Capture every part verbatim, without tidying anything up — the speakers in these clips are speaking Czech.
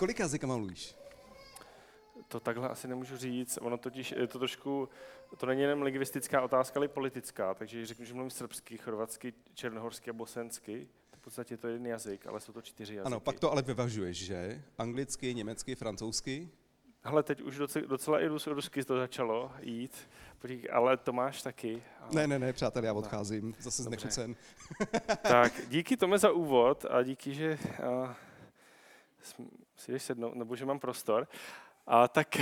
kolik jazykama mluvíš? To takhle asi nemůžu říct, ono totiž je to trošku, to není jenom lingvistická otázka, ale i politická, takže když řeknu, že mluvím srbsky, chorvatsky, černohorsky a bosensky, v podstatě to je jeden jazyk, ale jsou to čtyři jazyky. Ano, pak to ale vyvažuješ, že? Anglicky, německy, francouzsky? Hele, teď už docela, docela i rus, rusky to začalo jít, ale Tomáš taky. Ale... Ne, ne, ne, přátelé, já odcházím, zase Dobře. znechucen. Tak, díky Tome za úvod a díky, že uh, si jdeš sednout, nebo že mám prostor. A tak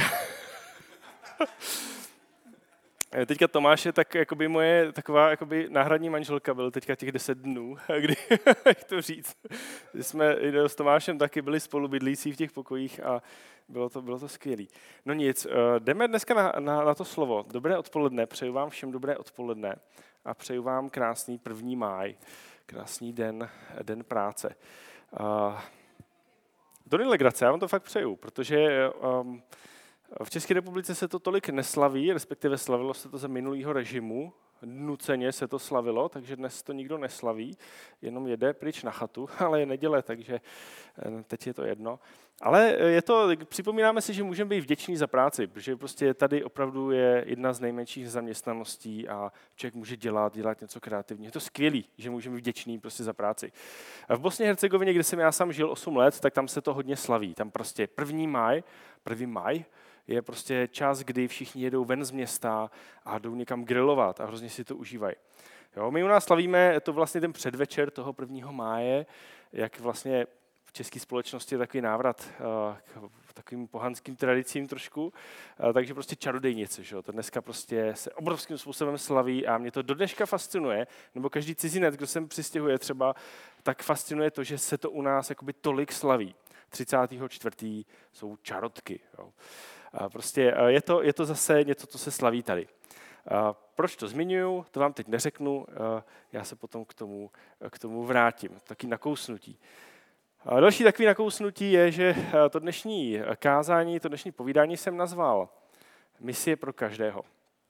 teďka Tomáš je tak jakoby moje taková jakoby náhradní manželka, byl teďka těch deset dnů, kdy, jak to říct, jsme s Tomášem taky byli spolubydlící v těch pokojích a bylo to, bylo to skvělý. No nic, jdeme dneska na, na, na to slovo. Dobré odpoledne, přeju vám všem dobré odpoledne a přeju vám krásný první máj, krásný den, den práce. Uh, To není legrace, já vám to fakt přeju, protože um, v České republice se to tolik neslaví, respektive slavilo se to za minulého režimu, nuceně se to slavilo, takže dnes to nikdo neslaví, jenom jede pryč na chatu, ale je neděle, takže teď je to jedno. Ale je to, připomínáme si, že můžeme být vděční za práci, protože prostě tady opravdu je jedna z nejmenších zaměstnaností a člověk může dělat, dělat něco kreativního. Je to skvělý, že můžeme být vděční prostě za práci. A v Bosně a Hercegovině, kde jsem já sám žil osm let, tak tam se to hodně slaví. Tam prostě první máj, první máj je prostě čas, kdy všichni jedou ven z města a jdou někam grilovat a hrozně si to užívají. Jo, my u nás slavíme to vlastně ten předvečer toho prvního máje, jak vlastně v české společnosti je takový návrat uh, k takovým pohanským tradicím trošku, uh, takže prostě čarodejnice, že jo, to dneska prostě se obrovským způsobem slaví a mě to do dneška fascinuje, nebo každý cizinec, kdo sem přistěhuje třeba, tak fascinuje to, že se to u nás jakoby tolik slaví. třicátého čtvrtého jsou čarotky, jo. Uh, prostě uh, je to, je to zase něco, co se slaví tady. Uh, proč to zmiňuju, to vám teď neřeknu, uh, já se potom k tomu, k tomu vrátím, taky nakousnutí. A další takový nakousnutí je, že to dnešní kázání, to dnešní povídání jsem nazval Misie pro každého.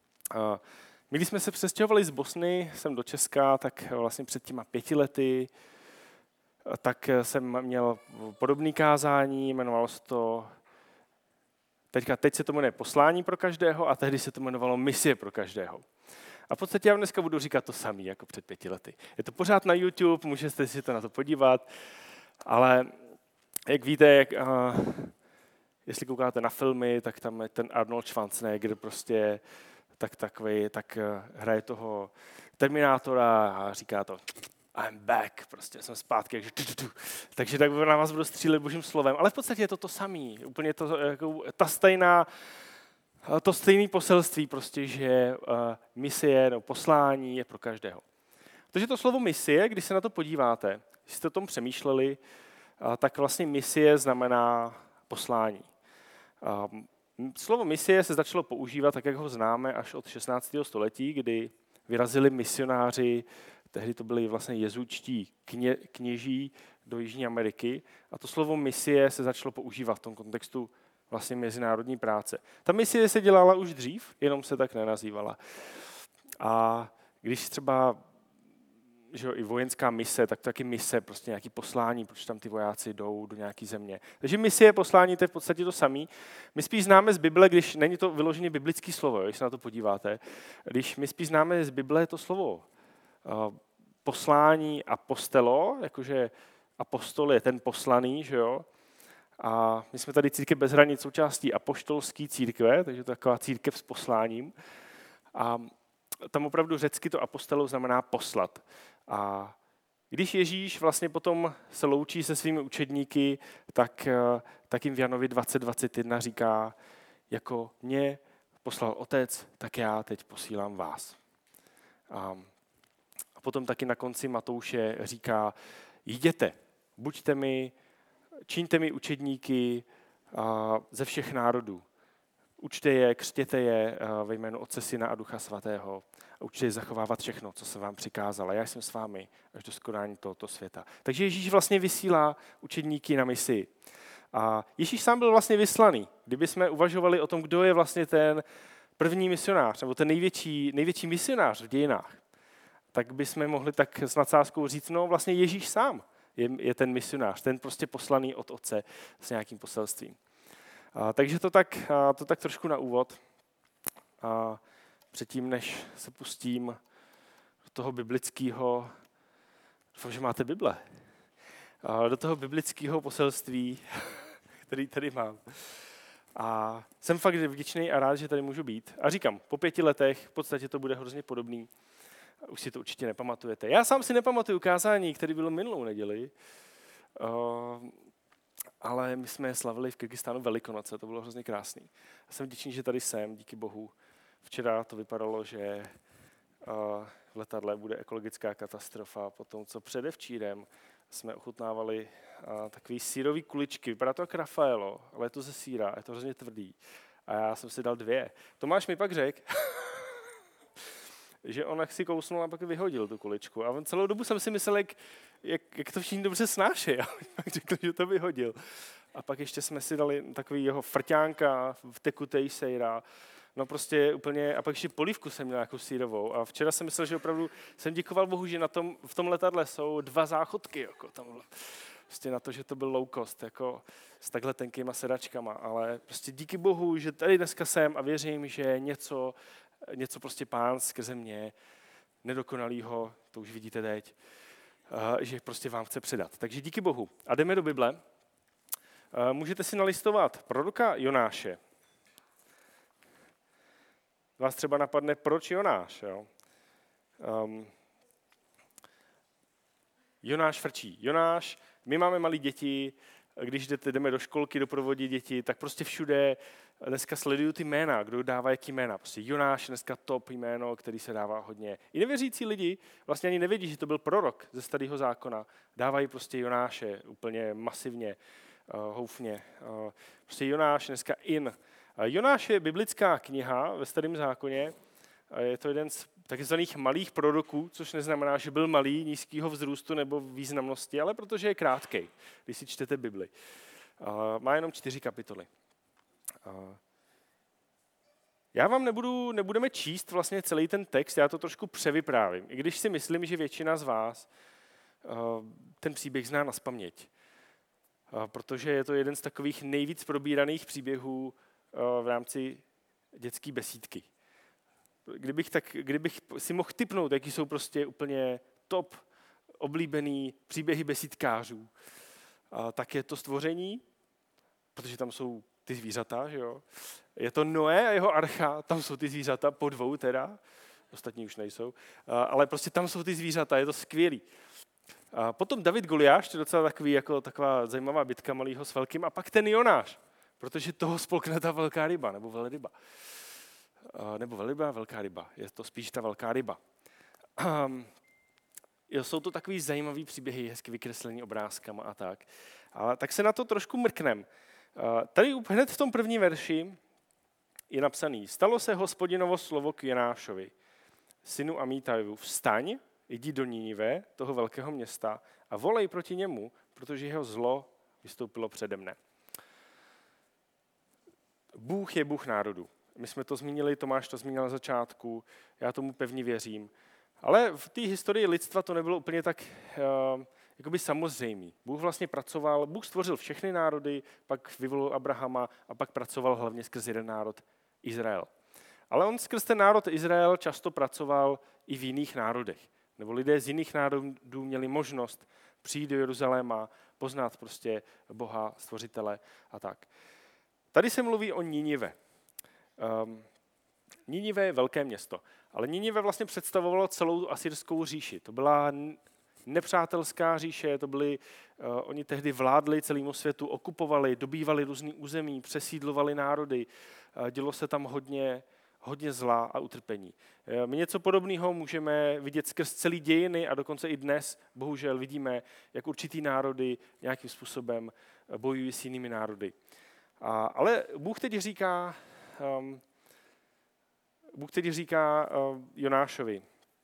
My, když jsme se přestěhovali z Bosny sem do Česka, tak vlastně před těma pěti lety, tak jsem měl podobné kázání, jmenovalo se to, teďka, teď se to jmenuje Poslání pro každého a tehdy se to jmenovalo Misie pro každého. A v podstatě já dneska budu říkat to samé jako před pěti lety. Je to pořád na YouTube, můžete si to na to podívat. Ale jak víte, jak, uh, jestli koukáte na filmy, tak tam je ten Arnold Schwarzenegger prostě tak takovej, tak uh, hraje toho Terminátora a říká to I'm back, prostě jsem zpátky, takže, tu, tu, tu. takže tak na vás budu střílet božím slovem. Ale v podstatě je to to samý, úplně to, jako, ta stejná, to stejné poselství prostě, že uh, misie nebo poslání je pro každého. Takže to slovo misie, když se na to podíváte, když jste o tom přemýšleli, tak vlastně misie znamená poslání. Slovo misie se začalo používat, tak jak ho známe, až od šestnáctého století, kdy vyrazili misionáři, tehdy to byli vlastně jezuitští kně, kněží do Jižní Ameriky, a to slovo misie se začalo používat v tom kontextu vlastně mezinárodní práce. Ta misie se dělala už dřív, jenom se tak nenazývala. A když třeba že jo, i vojenská mise, tak taky mise, prostě nějaký poslání, proč tam ty vojáci jdou do nějaké země. Takže misie, poslání, to je v podstatě to samé. My spíš známe z Bible, když není to vyloženě biblické slovo, když se na to podíváte, když my spíš známe z Bible to slovo uh, poslání apostelo, jakože apostol je ten poslaný, že jo. A my jsme tady církev bez hranic součástí apoštolské církve, takže to je taková církev s posláním. A tam opravdu řecky to apostelo znamená poslat. A když Ježíš vlastně potom se loučí se svými učedníky, tak, tak jim v Janovi dvacet dvacet jedna říká, jako mě poslal Otec, tak já teď posílám vás. A, a potom taky na konci Matouše říká, jděte, buďte mi, čiňte mi učedníky a, ze všech národů. Učte je, křtěte je ve jménu Otce, Syna a Ducha Svatého. A učte je zachovávat všechno, co jsem vám přikázal. A já jsem s vámi až do skonání tohoto světa. Takže Ježíš vlastně vysílá učedníky na misi. A Ježíš sám byl vlastně vyslaný. Kdyby jsme uvažovali o tom, kdo je vlastně ten první misionář, nebo ten největší, největší misionář v dějinách, tak bychom mohli tak s nadsázkou říct, no vlastně Ježíš sám Je, je ten misionář, ten prostě poslaný od otce s nějakým poselstvím. A, takže to tak, a, to tak trošku na úvod. A předtím, než se pustím do toho biblického, doufám, že máte Bible, a do toho biblického poselství, který tady mám. A jsem fakt vděčný a rád, že tady můžu být. A říkám, po pěti letech v podstatě to bude hrozně podobný. Už si to určitě nepamatujete. Já sám si nepamatuju kázání, které bylo minulou neděli, uh, ale my jsme slavili v Kyrgyzstánu Velikonoce, to bylo hrozně krásný. Já jsem vděčný, že tady jsem, díky Bohu. Včera to vypadalo, že uh, v letadle bude ekologická katastrofa, potom co předevčírem jsme ochutnávali uh, takový sírový kuličky. Vypadá to jako Rafaelo, ale je to ze síra, je to hrozně tvrdý. A já jsem si dal dvě. Tomáš mi pak řekl, že on si kousnul a pak vyhodil tu kuličku. A on celou dobu jsem si myslel, jak, jak, jak to všichni dobře snáší. A pak řekl, že to vyhodil. A pak ještě jsme si dali takový jeho frťánka v tekutej sejra. No prostě úplně, a pak ještě polívku jsem měl jako sírovou. A včera jsem myslel, že opravdu jsem děkoval Bohu, že na tom, v tom letadle jsou dva záchodky. Jako tam, prostě na to, že to byl low cost, jako s takhle tenkýma sedačkama. Ale prostě díky Bohu, že tady dneska jsem a věřím, že něco něco prostě Pán skrze mě, nedokonalýho, to už vidíte teď, že prostě vám chce předat. Takže díky Bohu. A jdeme do Bible. Můžete si nalistovat proroka Jonáše. Vás třeba napadne, proč Jonáš? Jo? Um, Jonáš frčí. Jonáš, my máme malé děti, když jdete, jdeme do školky doprovodit děti, tak prostě všude dneska sledují ty jména, kdo dává jaký jména. Prostě Jonáš dneska top jméno, který se dává hodně. I nevěřící lidi vlastně ani nevědí, že to byl prorok ze Starého zákona. Dávají prostě Jonáše úplně masivně, uh, houfně. Uh, prostě Jonáš dneska in. Uh, Jonáš je biblická kniha ve Starém zákoně. Uh, je to jeden z takzvaných malých proroků, což neznamená, že byl malý, nízkého vzrůstu nebo významnosti, ale protože je krátkej, když si čtete Bibli. Uh, má jenom čtyři kapitoly. Uh, já vám nebudu, nebudeme číst vlastně celý ten text, já to trošku převyprávím, i když si myslím, že většina z vás uh, ten příběh zná nazpaměť, uh, protože je to jeden z takových nejvíc probíraných příběhů uh, v rámci dětské besídky. Kdybych, tak, kdybych si mohl tipnout, jaký jsou prostě úplně top oblíbený příběhy besídkářů, uh, tak je to Stvoření, protože tam jsou ty zvířata, že jo. Je to Noé a jeho archa, tam jsou ty zvířata, po dvou teda, ostatní už nejsou, ale prostě tam jsou ty zvířata, je to skvělý. A potom David Goliáš, to je docela takový, jako taková zajímavá bitka malýho s velkým, a pak ten Jonáš, protože toho spolkne ta velká ryba, nebo velryba. Nebo velryba, velká ryba, je to spíš ta velká ryba. Um, jo, jsou to takový zajímavý příběhy, hezky vykreslení obrázkama a tak. Ale tak se na to trošku mrknem. Tady hned v tom prvním verši je napsaný: Stalo se Hospodinovo slovo k Jonášovi, synu Amítajovu, vstaň, jdi do Ninive, toho velkého města, a volej proti němu, protože jeho zlo vystoupilo přede mne. Bůh je Bůh národu. My jsme to zmínili, Tomáš to zmínil na začátku, já tomu pevně věřím. Ale v té historii lidstva to nebylo úplně tak uh, jakoby samozřejmý. Bůh vlastně pracoval, Bůh stvořil všechny národy, pak vyvolil Abrahama a pak pracoval hlavně skrz jeden národ, Izrael. Ale on skrz ten národ Izrael často pracoval i v jiných národech. Nebo lidé z jiných národů měli možnost přijít do Jeruzaléma, poznat prostě Boha, stvořitele a tak. Tady se mluví o Ninive. Um, Ninive je velké město, ale Ninive vlastně představovalo celou asyrskou říši. To byla nepřátelská říše, to byli, uh, oni tehdy vládli celému světu, okupovali, dobývali různý území, přesídlovali národy, uh, dělo se tam hodně, hodně zla a utrpení. Uh, my něco podobného můžeme vidět skrz celý dějiny a dokonce i dnes, bohužel vidíme, jak určitý národy nějakým způsobem bojují s jinými národy. Uh, ale Bůh teď říká, um, Bůh teď říká uh, Jonášovi,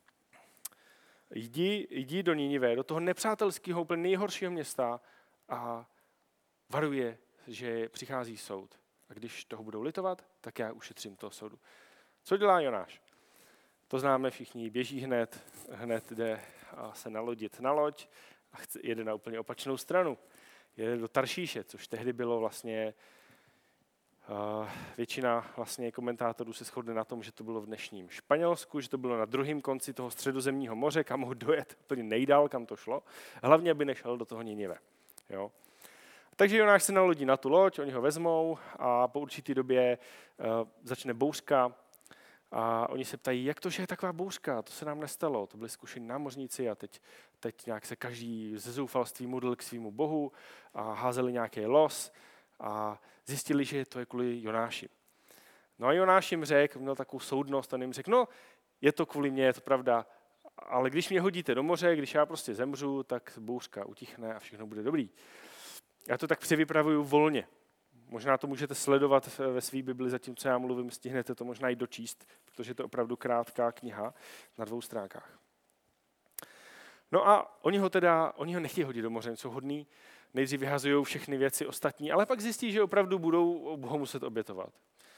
Jdi, jdi do Ninive, do toho nepřátelského, úplně nejhoršího města a varuje, že přichází soud. A když toho budou litovat, tak já ušetřím toho soudu. Co dělá Jonáš? To známe všichni, běží hned, hned jde se nalodit na loď, a chce, jede na úplně opačnou stranu. Jede do Taršíše, což tehdy bylo vlastně, uh, většina vlastně komentátorů se shodne na tom, že to bylo v dnešním Španělsku, že to bylo na druhém konci toho středozemního moře, kam mohl dojet úplně nejdál, kam to šlo. Hlavně, aby nešel do toho Ninive. Jo. Takže Jonáš se nalodí na tu loď, oni ho vezmou a po určitý době uh, začne bouřka a oni se ptají, jak to, že je taková bouřka, to se nám nestalo, to byli zkušení námořníci a teď, teď nějak se každý ze zoufalství modlil k svýmu bohu a házeli nějaký los a zjistili, že to je kvůli Jonáši. No a Jonáš jim řekl, měl takovou soudnost a jim řekl, no je to kvůli mně, je to pravda, ale když mě hodíte do moře, když já prostě zemřu, tak bouřka utichne a všechno bude dobrý. Já to tak převypravuju volně. Možná to můžete sledovat ve své Bibli, zatímco já mluvím, stihnete to možná i dočíst, protože to je opravdu krátká kniha na dvou stránkách. No a oni ho teda, oni ho nechtějí hodit do moře, jsou hodní, nejdřív vyhazují všechny věci ostatní, ale pak zjistí, že opravdu budou ho muset obětovat.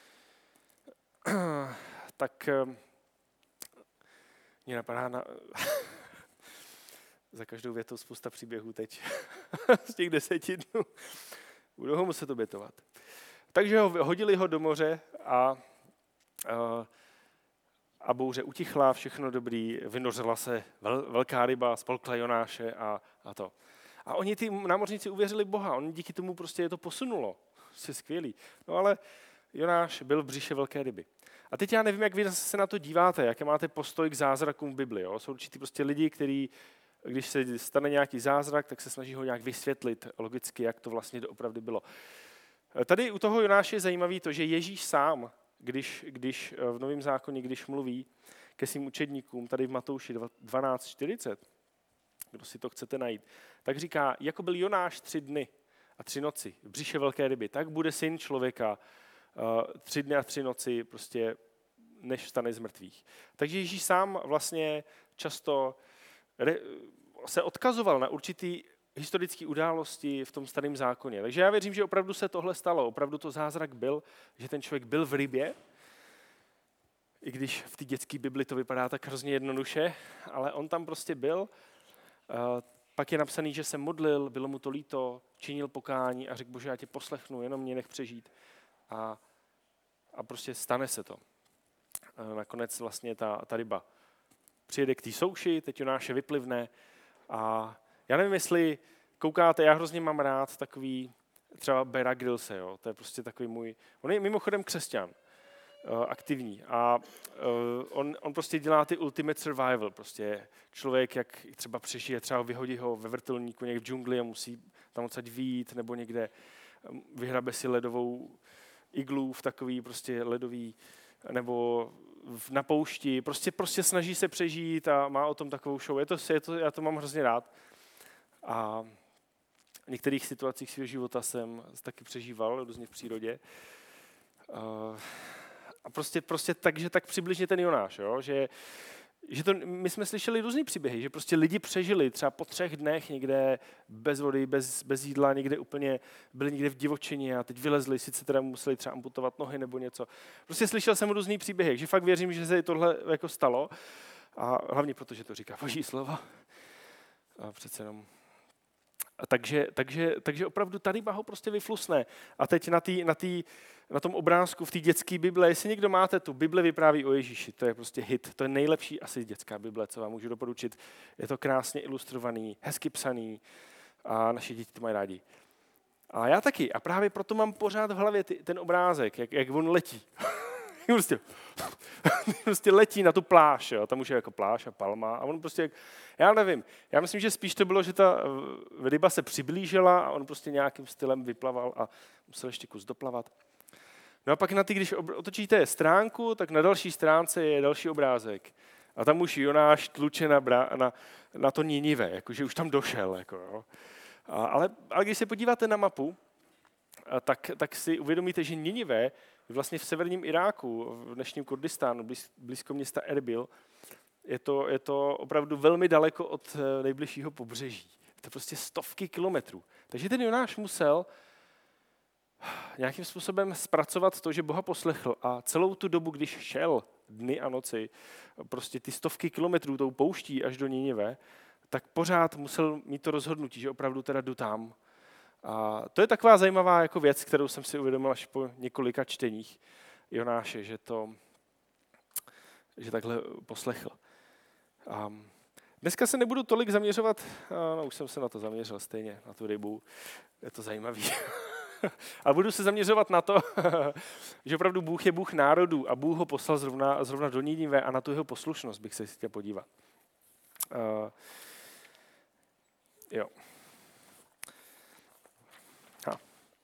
Tak mě napadá na... za každou větou spousta příběhů teď z těch deseti dnů. Budou ho muset obětovat. Takže ho, hodili ho do moře a, a, a bouře utichla, všechno dobrý, vynořila se vel, velká ryba, spolkla Jonáše a, a to. A oni, ty námořníci, uvěřili Boha, oni díky tomu prostě je to posunulo. Prostě skvělý. No ale Jonáš byl v břiše velké ryby. A teď já nevím, jak vy se na to díváte, jaké máte postoj k zázrakům v Bibli. Jo? Jsou určitý prostě lidi, kteří, když se stane nějaký zázrak, tak se snaží ho nějak vysvětlit logicky, jak to vlastně doopravdy bylo. Tady u toho Jonáše je zajímavý to, že Ježíš sám, když, když v Novém zákoně, když mluví ke svým učedníkům, tady v Matouši dvanáct čtyřicet, kdo si to chcete najít, tak říká, jako byl Jonáš tři dny a tři noci v břiše velké ryby, tak bude syn člověka uh, tři dny a tři noci, prostě než vstane z mrtvých. Takže Ježíš sám vlastně často re, se odkazoval na určitý historické události v tom starém zákoně. Takže já věřím, že opravdu se tohle stalo, opravdu to zázrak byl, že ten člověk byl v rybě, i když v té dětské Bibli to vypadá tak hrozně jednoduše, ale on tam prostě byl. Uh, pak je napsaný, že se modlil, bylo mu to líto, činil pokání a řekl, Bože, já tě poslechnu, jenom mě nech přežít. A, a prostě stane se to. Uh, nakonec vlastně ta, ta ryba přijede k té souši, teď Jonáše vyplivne a já nevím, jestli koukáte, já hrozně mám rád takový třeba Beara Grylse, jo, to je prostě takový můj, on je mimochodem křesťan, uh, aktivní a uh, on, on prostě dělá ty ultimate survival, prostě člověk, jak třeba přežije, třeba vyhodí ho ve vrtulníku někde v džungli a musí tam odsaď vyjít, nebo někde vyhrabe si ledovou iglu v takový prostě ledový, nebo na poušti, prostě, prostě snaží se přežít a má o tom takovou show, je to, je to, já to mám hrozně rád. A v některých situacích svého života jsem taky přežíval různě v přírodě. A prostě, prostě tak, že tak přibližně ten Jonáš, jo? Že, že to, my jsme slyšeli různý příběhy, že prostě lidi přežili třeba po třech dnech někde bez vody, bez, bez jídla, někde úplně byli někde v divočině a teď vylezli, sice teda museli třeba amputovat nohy nebo něco. Prostě slyšel jsem různý příběhy, že fakt věřím, že se tohle jako stalo a hlavně proto, že to říká Boží slovo. A přece jenom A takže, takže, takže opravdu ta ryba ho prostě vyflusne. A teď na, tý, na, tý, na tom obrázku v té dětské Bible, jestli někdo máte tu, Bible vypráví o Ježíši, to je prostě hit, to je nejlepší asi dětská Bible, co vám můžu doporučit. Je to krásně ilustrovaný, hezky psaný a naši děti to mají rádi. A já taky. A právě proto mám pořád v hlavě ty, ten obrázek, jak, jak on letí. prostě, prostě letí na tu pláž, jo. Tam už je jako pláž a palma a on prostě, já nevím, já myslím, že spíš to bylo, že ta ryba se přiblížila a on prostě nějakým stylem vyplaval a musel ještě kus doplavat. No a pak na ty, když otočíte stránku, tak na další stránce je další obrázek. A tam už Jonáš tluče na, brá, na, na to Ninive, jakože už tam došel. Jako, jo. A, ale, ale když se podíváte na mapu, a tak, tak si uvědomíte, že Ninive je vlastně v severním Iráku, v dnešním Kurdistánu, blíz, blízko města Erbil. Je to, je to opravdu velmi daleko od nejbližšího pobřeží. Je to prostě stovky kilometrů. Takže ten Jonáš musel nějakým způsobem zpracovat to, že Boha poslechl a celou tu dobu, když šel dny a noci, prostě ty stovky kilometrů tou pouští až do Ninive, tak pořád musel mít to rozhodnutí, že opravdu teda jdu tam. A to je taková zajímavá jako věc, kterou jsem si uvědomil až po několika čteních Jonáše, že to že takhle poslechl. A dneska se nebudu tolik zaměřovat, no už jsem se na to zaměřil stejně, na tu rybu, je to zajímavý. Ale budu se zaměřovat na to, že opravdu Bůh je Bůh národů a Bůh ho poslal zrovna, zrovna do Ninive a na tu jeho poslušnost bych se chtěl podívat. Uh, jo. Ha.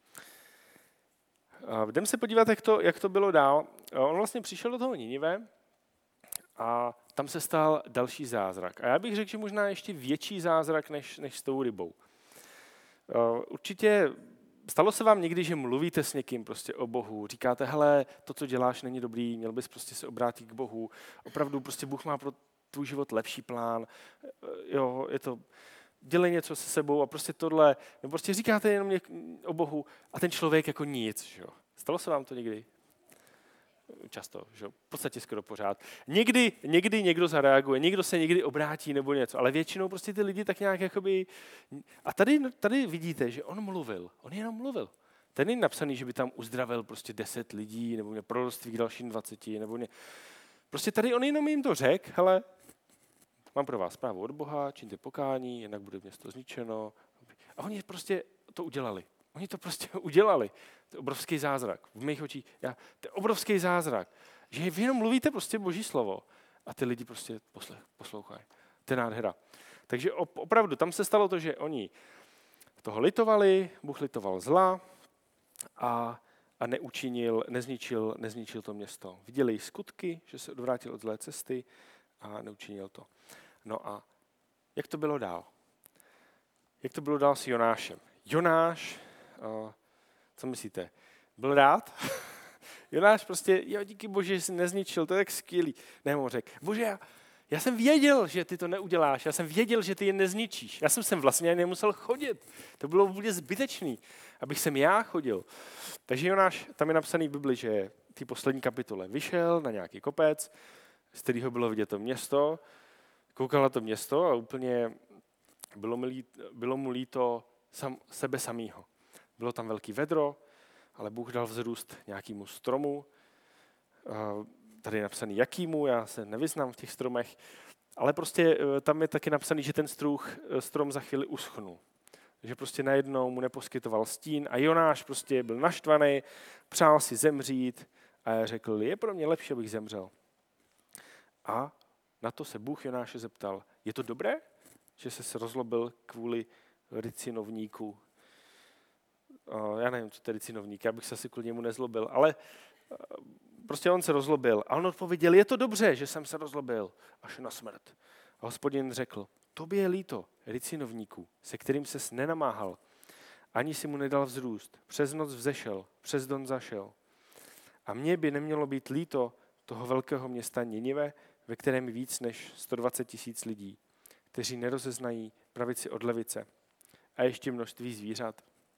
Uh, jdeme se podívat, jak to, jak to bylo dál. Uh, on vlastně přišel do toho Ninive a tam se stal další zázrak. A já bych řekl, že možná ještě větší zázrak než, než s tou rybou. Uh, určitě stalo se vám někdy, že mluvíte s někým prostě o Bohu, říkáte, hele, to, co děláš, není dobrý, měl bys prostě se obrátit k Bohu. Opravdu prostě Bůh má pro tvůj život lepší plán. Jo, je to, dělej něco se sebou a prostě tohle. Nebo prostě říkáte jenom něk- o Bohu a ten člověk jako nic. Jo. Stalo se vám to někdy? Často, že? V podstatě skoro pořád. Někdy, někdy někdo zareaguje, někdo se někdy obrátí nebo něco, ale většinou prostě ty lidi tak nějak jakoby... A tady, tady vidíte, že on mluvil, on jenom mluvil. Ten není napsaný, že by tam uzdravil prostě deset lidí, nebo mě proroctví k dalším dvaceti, nebo mě... Prostě tady on jenom jim to řekl, hele, mám pro vás zprávu od Boha, čiňte pokání, jinak bude město zničeno. A oni prostě to udělali. Oni to prostě udělali. To je obrovský zázrak. V mých očích, já, to je obrovský zázrak. Že vy jenom mluvíte prostě Boží slovo a ty lidi prostě poslouchají. To je nádhera. Takže opravdu, tam se stalo to, že oni toho litovali, Bůh litoval zla a, a neučinil, nezničil, nezničil to město. Viděli skutky, že se odvrátil od zlé cesty a neučinil to. No a jak to bylo dál? Jak to bylo dál s Jonášem? Jonáš, uh, co myslíte, byl rád? Jonáš prostě, jo, díky Bože, že jsi nezničil, to je tak skvělý. Ne, mu řekl, Bože, já, já jsem věděl, že ty to neuděláš, já jsem věděl, že ty je nezničíš. Já jsem sem vlastně nemusel chodit. To bylo vůbec zbytečný, abych sem já chodil. Takže Jonáš, tam je napsaný v Bibli, že v té poslední kapitole vyšel na nějaký kopec, z kterého bylo vidět to město, koukal na to město a úplně bylo mu líto, bylo mu líto sam, sebe samýho. Bylo tam velký vedro, ale Bůh dal vzrůst nějakému stromu. Tady je napsaný jakýmu, já se nevyznám v těch stromech, ale prostě tam je taky napsaný, že ten struh, strom za chvíli uschnul. Že prostě najednou mu neposkytoval stín a Jonáš prostě byl naštvaný, přál si zemřít a řekl, je pro mě lepší, abych zemřel. A na to se Bůh Jonáše zeptal, je to dobré, že jsi se rozlobil kvůli ricinovníku? Já nevím, co to je ricinovník, já bych se asi kvůli němu nezlobil, ale prostě on se rozlobil. A on odpověděl, je to dobře, že jsem se rozlobil až na smrt. A Hospodin řekl, tobě je líto, ricinovníku, se kterým ses nenamáhal. Ani si mu nedal vzrůst. Přes noc vzešel, přes don zašel. A mně by nemělo být líto toho velkého města Ninive, ve kterém je víc než sto dvacet tisíc lidí, kteří nerozeznají pravici od levice. A ještě množství zvířat.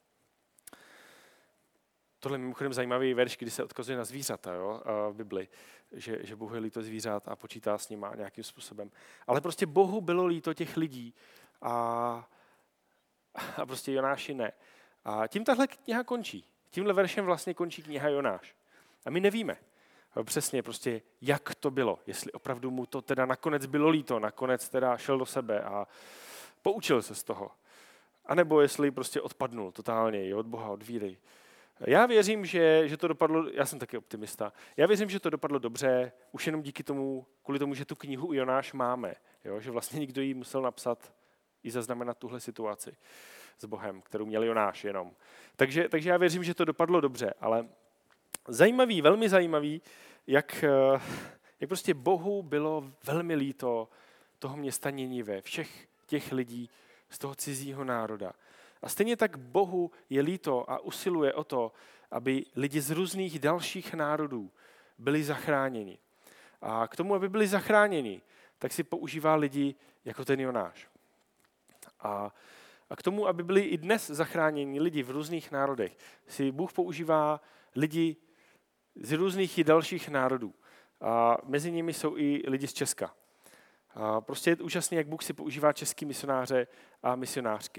Tohle je mimochodem zajímavý verš, kdy se odkazuje na zvířata, jo, v Bibli, že, že Bůh je líto zvířat a počítá s nima nějakým způsobem. Ale prostě Bohu bylo líto těch lidí a, a prostě Jonáši ne. A tím tahle kniha končí. Tímhle veršem vlastně končí kniha Jonáš. A my nevíme přesně prostě, jak to bylo. Jestli opravdu mu to teda nakonec bylo líto, nakonec teda šel do sebe a poučil se z toho. A nebo jestli prostě odpadnul totálně od Boha, od víry. Já věřím, že, že to dopadlo, já jsem taky optimista, já věřím, že to dopadlo dobře, už jenom díky tomu, kvůli tomu, že tu knihu Jonáš máme, jo? Že vlastně někdo ji musel napsat i zaznamenat tuhle situaci s Bohem, kterou měl Jonáš jenom. Takže, takže já věřím, že to dopadlo dobře, ale zajímavý, velmi zajímavý, jak, jak prostě Bohu bylo velmi líto toho města Ninive, všech těch lidí z toho cizího národa. A stejně tak Bohu je líto a usiluje o to, aby lidi z různých dalších národů byli zachráněni. A k tomu, aby byli zachráněni, tak si používá lidi jako ten Jonáš. A, a k tomu, aby byli i dnes zachráněni lidi v různých národech, si Bůh používá lidi z různých i dalších národů. A mezi nimi jsou i lidi z Česka. A prostě je úžasné, jak Bůh si používá český misionáře a misionářky.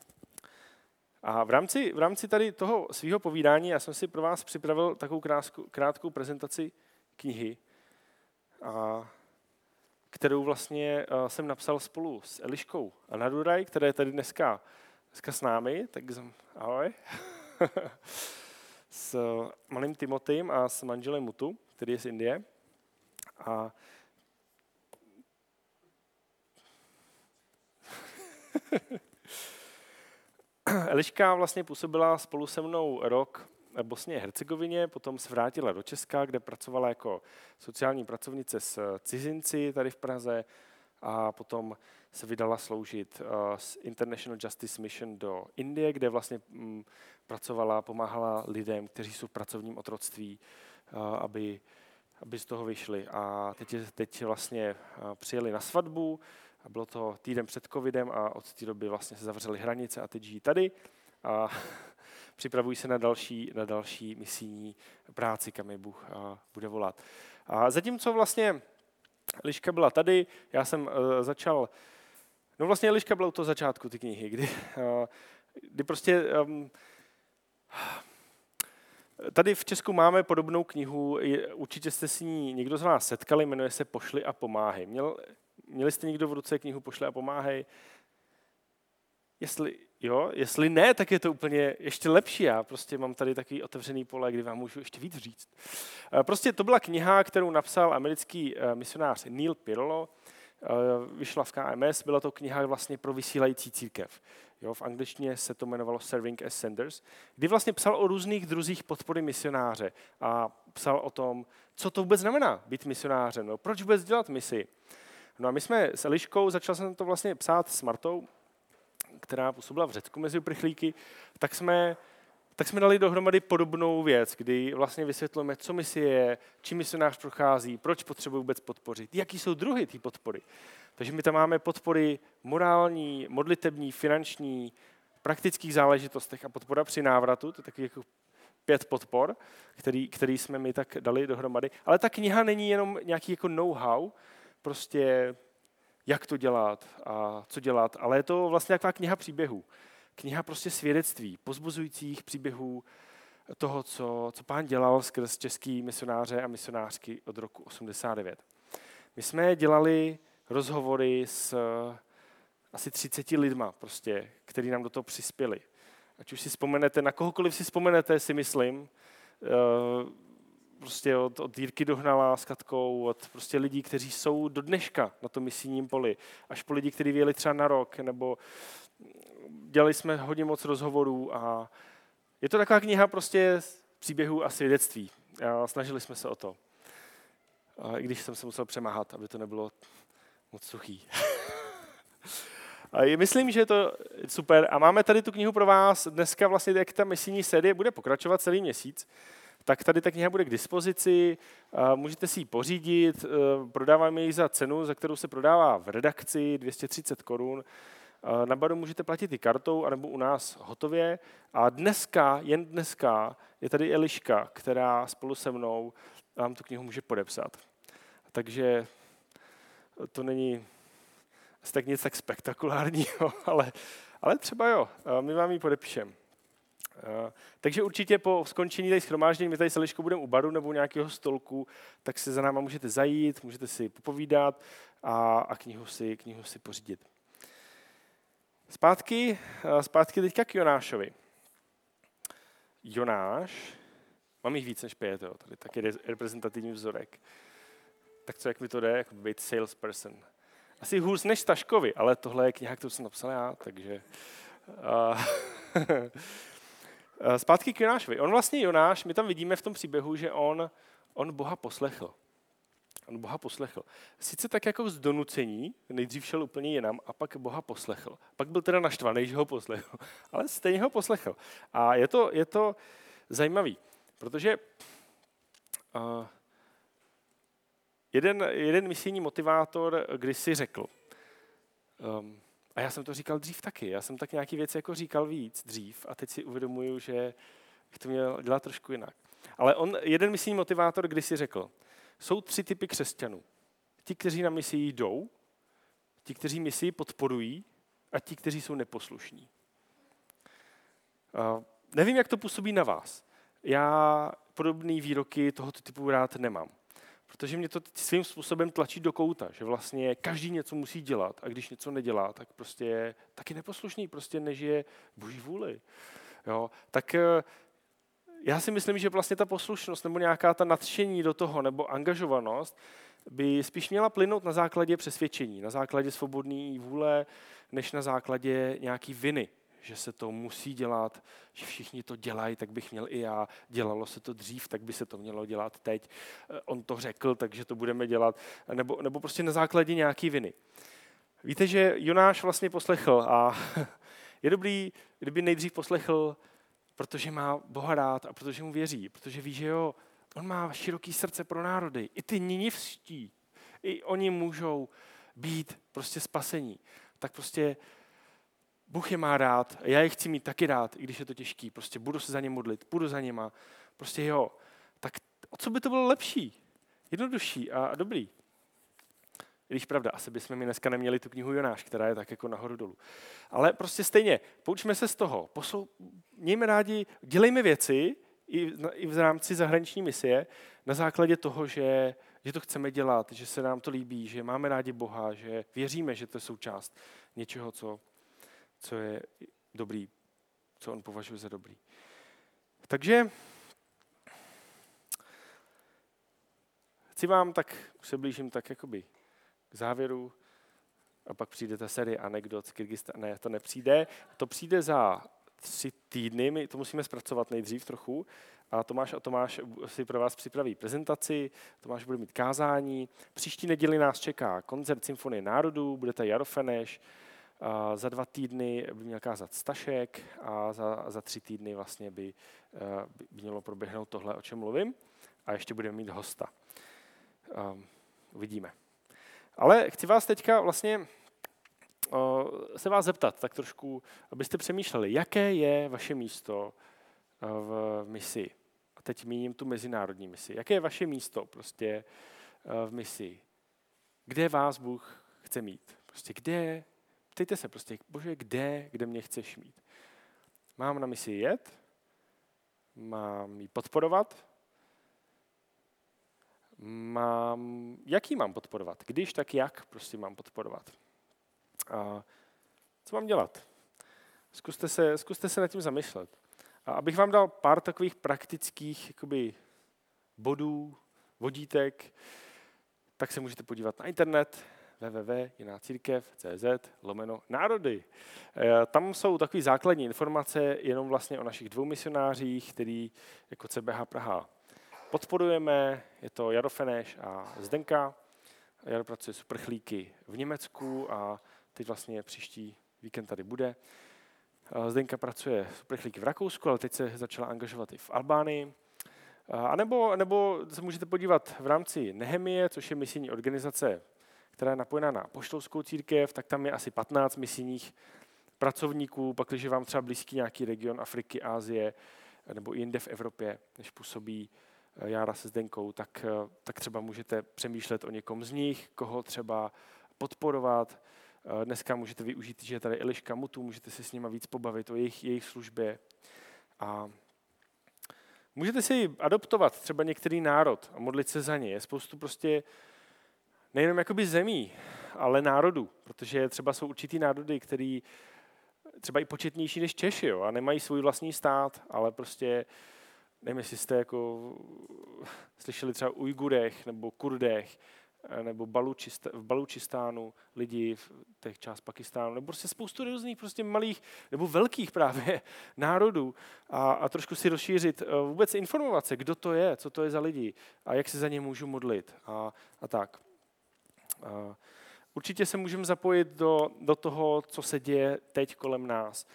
A v rámci, v rámci tady toho svého povídání já jsem si pro vás připravil takovou krátkou, krátkou prezentaci knihy, a kterou vlastně uh, jsem napsal spolu s Eliškou Anaduraj, která je tady dneska, dneska s námi, tak ahoj. S malým Timotym a s manželem Mutu, který je z Indie. A Eliška vlastně působila spolu se mnou rok v Bosně a Hercegovině, potom se vrátila do Česka, kde pracovala jako sociální pracovnice s cizinci tady v Praze a potom se vydala sloužit s International Justice Mission do Indie, kde vlastně pracovala, pomáhala lidem, kteří jsou v pracovním otroctví, aby, aby z toho vyšli. A teď, teď vlastně přijeli na svatbu, a bylo to týden před covidem a od té doby vlastně se zavřely hranice a teď žijí tady a připravují se na další, na další misijní práci, kam je Bůh bude volat. A zatímco vlastně Eliška byla tady, já jsem uh, začal, no vlastně Eliška byla u toho začátku ty knihy, kdy, uh, kdy prostě um, tady v Česku máme podobnou knihu, je, určitě jste si ní někdo z vás setkali, jmenuje se Pošli a pomáhej. Měl, měli jste někdo v ruce knihu Pošli a pomáhej? Jestli jo, jestli ne, tak je to úplně ještě lepší. Já prostě mám tady takový otevřený pole, kdy vám můžu ještě víc říct. Prostě to byla kniha, kterou napsal americký misionář Neil Pirlo. Vyšla v K M S, byla to kniha vlastně pro vysílající církev. Jo, v angličtině se to jmenovalo Serving as Senders, kdy vlastně psal o různých druzích podpory misionáře a psal o tom, co to vůbec znamená být misionářem, no, proč vůbec dělat misi. No a my jsme s Eliškou, začal jsem to vlastně psát s Martou, která působila v Řecku mezi uprchlíky, tak jsme, tak jsme dali dohromady podobnou věc, kdy vlastně vysvětlujeme, co misie je, čím misionář prochází, proč potřebuje vůbec podpořit, jaký jsou druhy té podpory. Takže my tam máme podpory morální, modlitební, finanční, praktických záležitostech a podpora při návratu, to je takový jako pět podpor, který, který jsme my tak dali dohromady. Ale ta kniha není jenom nějaký jako know-how, prostě jak to dělat a co dělat, ale je to vlastně taková kniha příběhů. Kniha prostě svědectví, pozbuzujících příběhů toho, co, co Pán dělal skrz český misionáře a misionářky od roku osmdesát devět. My jsme dělali rozhovory s asi třiceti lidma, prostě, který nám do toho přispěli. Ať už si vzpomenete, na kohokoliv si vzpomenete, si myslím, prostě od, od Jirky Dohnala s Katkou, od prostě lidí, kteří jsou do dneška na tom misijním poli, až po lidi, kteří vyjeli třeba na rok, nebo dělali jsme hodně moc rozhovorů a je to taková kniha prostě příběhů a svědectví. A snažili jsme se o to. A i když jsem se musel přemáhat, aby to nebylo moc suchý. A myslím, že je to super. A máme tady tu knihu pro vás. Dneska vlastně, jak ta misijní série bude pokračovat celý měsíc, tak tady ta kniha bude k dispozici, můžete si ji pořídit, prodáváme ji za cenu, za kterou se prodává v redakci, dvě stě třicet korun. Na baru můžete platit i kartou, anebo u nás hotově. A dneska, jen dneska, je tady Eliška, která spolu se mnou vám tu knihu může podepsat. Takže to není asi tak nic tak spektakulárního, ale, ale třeba jo, my vám ji podepíšeme. Uh, takže určitě po skončení tady shromáždění, my tady s Eliškou budeme u baru nebo u nějakého stolku, tak se za náma můžete zajít, můžete si popovídat a, a knihu, si, knihu si pořídit. Zpátky, uh, zpátky teďka k Jonášovi. Jonáš, mám jich víc než pět, jo, tady taky reprezentativní vzorek. Tak co, jak mi to jde, jako být salesperson. Asi hůř než Staškovi, ale tohle je kniha, kterou jsem napsal já, takže... Uh, Zpátky k Jonášovi. On vlastně Jonáš, my tam vidíme v tom příběhu, že on, on Boha poslechl. On Boha poslechl. Sice tak jako z donucení, nejdřív šel úplně jinam a pak Boha poslechl. Pak byl teda naštvaný, že ho poslechl, ale stejně ho poslechl. A je to, je to zajímavý, protože uh, jeden, jeden misijní motivátor kdysi řekl, um, a já jsem to říkal dřív taky. Já jsem tak nějaký věci jako říkal víc dřív a teď si uvědomuju, že bych to měl dělat trošku jinak. Ale on, jeden misijní motivátor kdysi řekl, jsou tři typy křesťanů. Ti, kteří na misi jdou, ti, kteří misi podporují, a ti, kteří jsou neposlušní. Uh, nevím, jak to působí na vás. Já podobné výroky tohoto typu rád nemám. Protože mě to svým způsobem tlačí do kouta, že vlastně každý něco musí dělat a když něco nedělá, tak prostě je taky neposlušný, prostě nežije boží vůli. Jo? Tak já si myslím, že vlastně ta poslušnost nebo nějaká ta nadšení do toho nebo angažovanost by spíš měla plynout na základě přesvědčení, na základě svobodné vůle, než na základě nějaký viny, že se to musí dělat, že všichni to dělají, tak bych měl i já. Dělalo se to dřív, tak by se to mělo dělat teď. On to řekl, takže to budeme dělat. Nebo, nebo prostě na základě nějaký viny. Víte, že Jonáš vlastně poslechl a je dobrý, kdyby nejdřív poslechl, protože má Boha rád a protože mu věří, protože ví, že jo, on má široký srdce pro národy. I ty ninivští, i oni můžou být prostě spasení. Tak prostě Bůh je má rád a já je chci mít taky rád, i když je to těžký. Prostě budu se za ně modlit, budu za něma. Prostě jo. Tak o co by to bylo lepší? Jednodušší a dobrý. Když pravda, asi bychom mi dneska neměli tu knihu Jonáš, která je tak jako nahoru dolů. Ale prostě stejně, poučme se z toho. Poslou, mějme rádi, dělejme věci i, i v rámci zahraniční misie na základě toho, že, že to chceme dělat, že se nám to líbí, že máme rádi Boha, že věříme, že to je součást něčeho, co co je dobrý, co on považuje za dobrý. Takže chci vám tak, už se blížím tak jakoby k závěru a pak přijde ta série anekdot z Kyrgyzstánu. Ne, to nepřijde. To přijde za tři týdny, my to musíme zpracovat nejdřív trochu. A Tomáš a Tomáš si pro vás připraví prezentaci, Tomáš bude mít kázání. Příští neděli nás čeká koncert Symfonie národů, bude tady Jaro Feneš. Uh, za dva týdny by měl kázat Stašek a za, za tři týdny vlastně by, uh, by mělo proběhnout tohle, o čem mluvím. A ještě budeme mít hosta. Um, uvidíme. Ale chci vás teďka vlastně uh, se vás zeptat tak trošku, abyste přemýšleli, jaké je vaše místo uh, v misi. A teď míním tu mezinárodní misi. Jaké je vaše místo prostě uh, v misi? Kde vás Bůh chce mít? Prostě kde? Ptejte se prostě, Bože, kde, kde mě chceš mít? Mám na misi jet? Mám ji podporovat? Mám, jak ji mám podporovat? Když, tak jak prostě mám podporovat? A co mám dělat? Zkuste se, zkuste se nad tím zamyslet. A abych vám dal pár takových praktických jakoby, bodů, vodítek, tak se můžete podívat na internet, w w w tečka jiná církev tečka c z lomeno národy. Tam jsou takové základní informace jenom vlastně o našich dvou misionářích, který jako C B H Praha podporujeme. Je to Jaro Feneš a Zdenka. Jaro pracuje s uprchlíky v Německu a teď vlastně příští víkend tady bude. Zdenka pracuje s uprchlíky v Rakousku, ale teď se začala angažovat i v Albánii. A nebo, nebo se můžete podívat v rámci Nehemie, což je misijní organizace, která je napojená na apoštolskou církev, tak tam je asi patnáct misijních pracovníků, pak když je vám třeba blízký nějaký region Afriky, Asie nebo i jinde v Evropě, než působí Jára se Zdenkou, tak, tak třeba můžete přemýšlet o někom z nich, koho třeba podporovat. Dneska můžete využít, že je tady Eliška Mutu, můžete se s nima víc pobavit o jejich, jejich službě. A můžete si adoptovat třeba některý národ a modlit se za ně. Je spoustu prostě nejenom jakoby zemí, ale národů, protože třeba jsou určitý národy, který třeba i početnější než Češi, jo, a nemají svůj vlastní stát, ale prostě, nevím, jestli jste jako slyšeli třeba o Ujgurech nebo Kurdech, nebo Balučista, v Balučistánu lidi v těch část Pakistánu, nebo prostě spoustu různých prostě malých nebo velkých právě národů a, a trošku si rozšířit, vůbec informovat se, kdo to je, co to je za lidi a jak se za ně můžu modlit a, a tak. A určitě se můžeme zapojit do, do toho, co se děje teď kolem nás.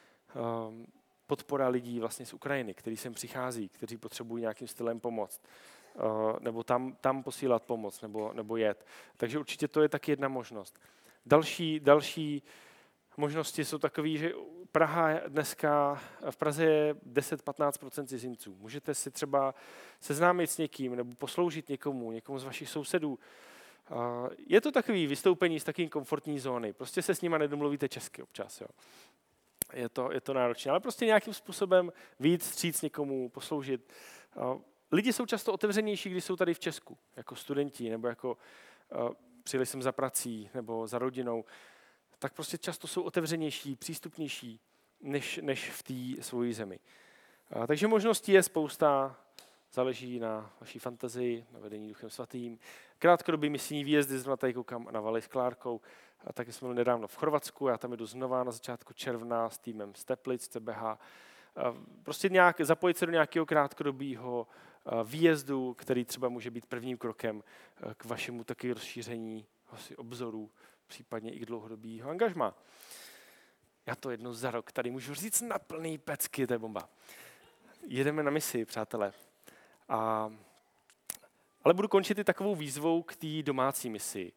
Um, podpora lidí vlastně z Ukrajiny, kteří sem přichází, kteří potřebují nějakým stylem pomoct. Uh, nebo tam, tam posílat pomoc, nebo, nebo jet. Takže určitě to je taky jedna možnost. Další, další možnosti jsou takové, že Praha dneska, v Praze je deset až patnáct procent cizinců. Můžete si třeba seznámit s někým, nebo posloužit někomu, někomu z vašich sousedů. Je to takový vystoupení z takové komfortní zóny. Prostě se s nima nedomluvíte česky občas. Jo. Je to, je to náročné, ale prostě nějakým způsobem víc vstříc někomu, posloužit. Lidi jsou často otevřenější, když jsou tady v Česku, jako studenti, nebo jako přijeli jsem za prací, nebo za rodinou, tak prostě často jsou otevřenější, přístupnější, než, než v té svojí zemi. Takže možností je spousta, záleží na vaší fantazii, na vedení Duchem Svatým. Krátkodobý misijní výjezdy, zrovna tady koukám na Vali s Klárkou, a taky jsme byli nedávno v Chorvatsku, já tam jdu znova na začátku června s týmem z Teplic, C B H. Prostě nějak, zapojit se do nějakého krátkodobého výjezdu, který třeba může být prvním krokem k vašemu taky rozšíření obzoru, případně i k dlouhodobého angažmá. Já to jednou za rok tady můžu říct na plný pecky, to je bomba. Jedeme na misi, přátelé. A, ale budu končit i takovou výzvou k té domácí misi.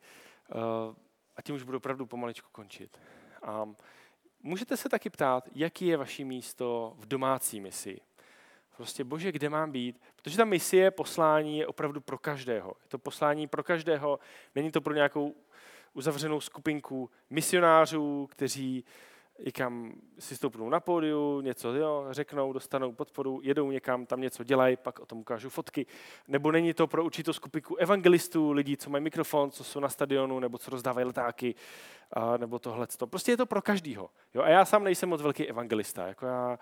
A tím už budu opravdu pomaličku končit. A můžete se taky ptát, jaký je vaše místo v domácí misi. Prostě, Bože, kde mám být? Protože ta misie, poslání je opravdu pro každého. Je to poslání pro každého, není to pro nějakou uzavřenou skupinku misionářů, kteří i kam si stoupnou na pódiu, něco jo, řeknou, dostanou podporu, jedou někam, tam něco dělají, pak o tom ukážu fotky. Nebo není to pro určitou skupinku evangelistů, lidí, co mají mikrofon, co jsou na stadionu, nebo co rozdávají letáky, a, nebo tohleto. Prostě je to pro každýho. Jo? A já sám nejsem moc velký evangelista. Jako já,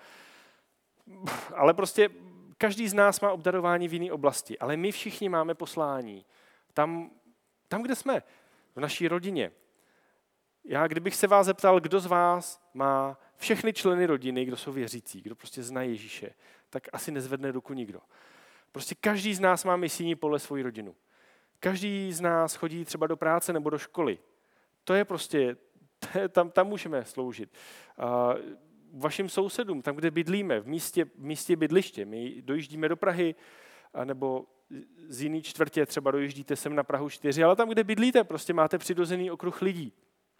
ale prostě každý z nás má obdarování v jiné oblasti. Ale my všichni máme poslání. Tam, tam, kde jsme, v naší rodině. Já, kdybych se vás zeptal, kdo z vás má všechny členy rodiny, kdo jsou věřící, kdo prostě zná Ježíše, tak asi nezvedne ruku nikdo. Prostě každý z nás má misijní pole svoji rodinu. Každý z nás chodí třeba do práce nebo do školy. To je prostě, to je, tam, tam můžeme sloužit. A vašim sousedům, tam, kde bydlíme, v místě, v místě bydliště, my dojíždíme do Prahy, nebo z jiný čtvrtě třeba dojíždíte sem na Prahu čtyři, ale tam, kde bydlíte, prostě máte přirozený okruh lidí.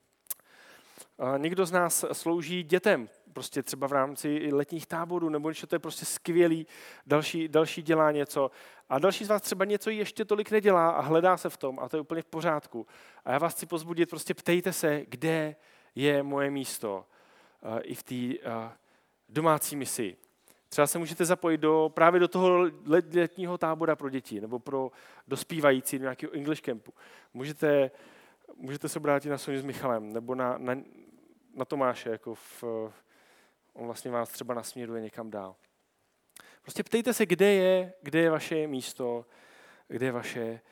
A někdo z nás slouží dětem, prostě třeba v rámci letních táborů, nebo něco, to je prostě skvělý, další, další dělá něco. A další z vás třeba něco ještě tolik nedělá a hledá se v tom a to je úplně v pořádku. A já vás chci pozbudit, prostě ptejte se, kde je moje místo uh, i v té uh, domácí misi. Třeba se můžete zapojit do, právě do toho letního tábora pro děti nebo pro dospívající, do nějakého English campu. Můžete, můžete se obrátit na Soniu s Michalem nebo na, na, na Tomáše, jako v, on vlastně vás třeba nasměruje někam dál. Prostě ptejte se, kde je, kde je vaše místo, kde je vaše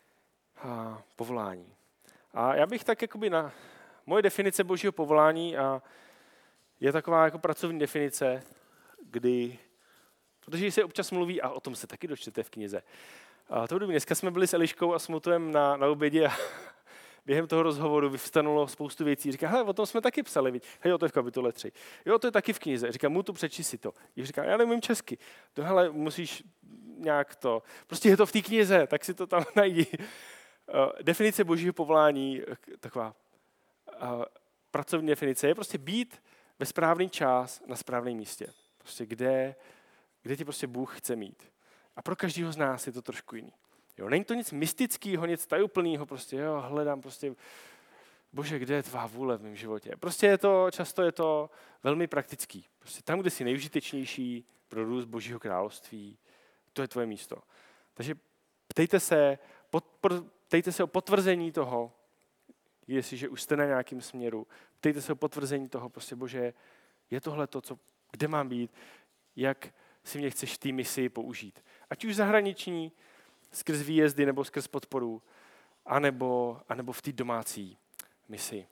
a, povolání. A já bych tak jakoby na moje definice božího povolání a je taková jako pracovní definice, kdy, protože se občas mluví, a o tom se taky dočtete v knize. A to dneska jsme byli s Eliškou a s Mutuem na, na obědě a během toho rozhovoru vyvstanulo spoustu věcí. Říká, hele, o tom jsme taky psali, viď? Hej, to je v kapitole tři. Jo, to je taky v knize. Říká, Mutu, přečti si to. Jí říká, já nevím česky. To hele, musíš nějak to. Prostě je to v té knize, tak si to tam najdi. Uh, definice božího povolání, taková uh, pracovní definice, je prostě být ve správný čas na správném místě. Prostě kde, kde ti prostě Bůh chce mít. A pro každého z nás je to trošku jiný. Jo, není to nic mystického, nic tajuplného, prostě jo, hledám prostě, Bože, kde je tvá vůle v mém životě. Prostě je to, často je to velmi praktický. Prostě tam, kde jsi nejužitečnější pro růst Božího království, to je tvoje místo. Takže ptejte se, podpr, ptejte se o potvrzení toho, jestliže už jste na nějakém směru, ptejte se o potvrzení toho, prostě Bože, je tohle to, co, kde mám být, jak si mě chceš v té misi použít. Ať už zahraniční, skrz výjezdy nebo skrz podporu, anebo, anebo v té domácí misi.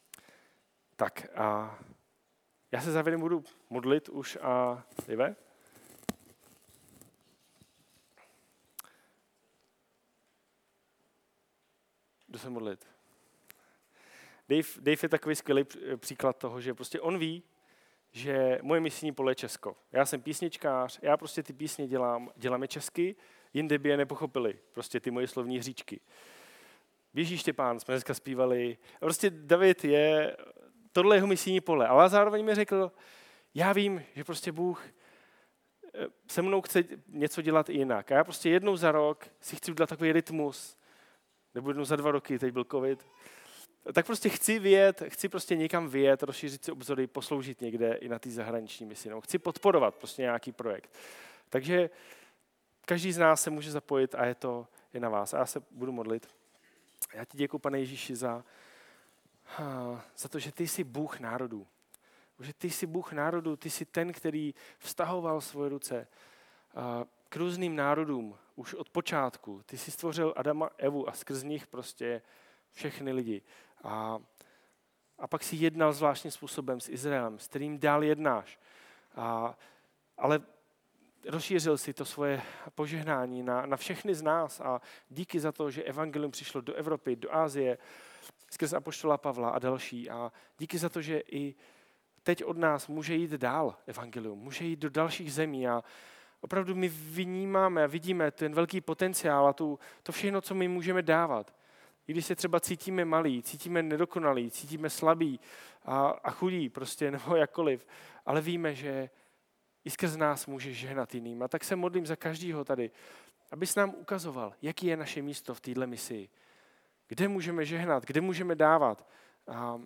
Tak a já se závěrem budu modlit už a Live? Jdu se modlit. Dave, Dave je takový skvělý příklad toho, že prostě on ví, že moje misijní pole je Česko. Já jsem písničkář, já prostě ty písně dělám, dělám je česky, jinde by je nepochopili, prostě ty moje slovní hříčky. Běží Štěpán, jsme dneska zpívali. Prostě David je, tohle jeho misijní pole, ale zároveň mi řekl, já vím, že prostě Bůh se mnou chce něco dělat i jinak. A já prostě jednou za rok si chci udělat takový rytmus, nebo jednou za dva roky, teď byl covid. Tak prostě chci vyjet, chci prostě někam vyjet, rozšířit si obzory, posloužit někde i na té zahraniční misi. No, chci podporovat prostě nějaký projekt. Takže každý z nás se může zapojit a je to je na vás. A já se budu modlit. Já ti děkuji, Pane Ježíši, za, za to, že ty jsi Bůh národů. Že ty jsi Bůh národů, ty jsi ten, který vztahoval svoje ruce k různým národům už od počátku. Ty jsi stvořil Adama, Evu a skrz nich prostě všechny lidi. A, a pak si jednal zvláštním způsobem s Izraelem, s kterým dál jednáš. A, ale rozšířil si to svoje požehnání na, na všechny z nás a díky za to, že evangelium přišlo do Evropy, do Asie, skrz apoštola Pavla a další. A díky za to, že i teď od nás může jít dál evangelium, může jít do dalších zemí a opravdu my vnímáme a vidíme ten velký potenciál a tu, to všechno, co my můžeme dávat. I když se třeba cítíme malí, cítíme nedokonalí, cítíme slabí a, a chudí prostě nebo jakkoliv, ale víme, že i skrz nás může žehnat jiným. A tak se modlím za každýho tady, abys nám ukazoval, jaký je naše místo v této misi. Kde můžeme žehnat, kde můžeme dávat. A,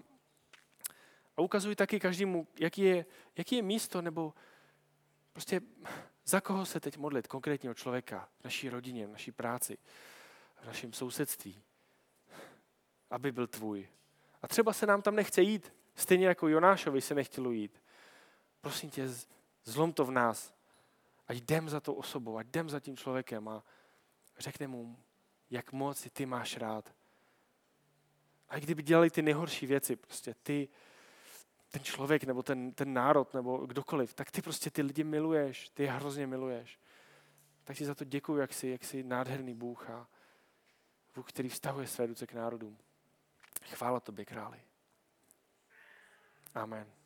a ukazuj taky každému, jaký je, jaký je místo, nebo prostě za koho se teď modlit, konkrétního člověka, v naší rodině, v naší práci, v našem sousedství, aby byl tvůj. A třeba se nám tam nechce jít, stejně jako Jonášovi se nechtělo jít. Prosím tě, zlom to v nás, ať jdem za tou osobou, ať jdem za tím člověkem a řekne mu, jak moc ty máš rád. A kdyby dělali ty nejhorší věci, prostě ty, ten člověk nebo ten, ten národ nebo kdokoliv, tak ty prostě ty lidi miluješ, ty je hrozně miluješ. Tak ti za to děkuji, jak jsi, jak jsi nádherný Bůh a Bůh, který vztahuje své ruce k národům. Chvála tobě, králi. Amen.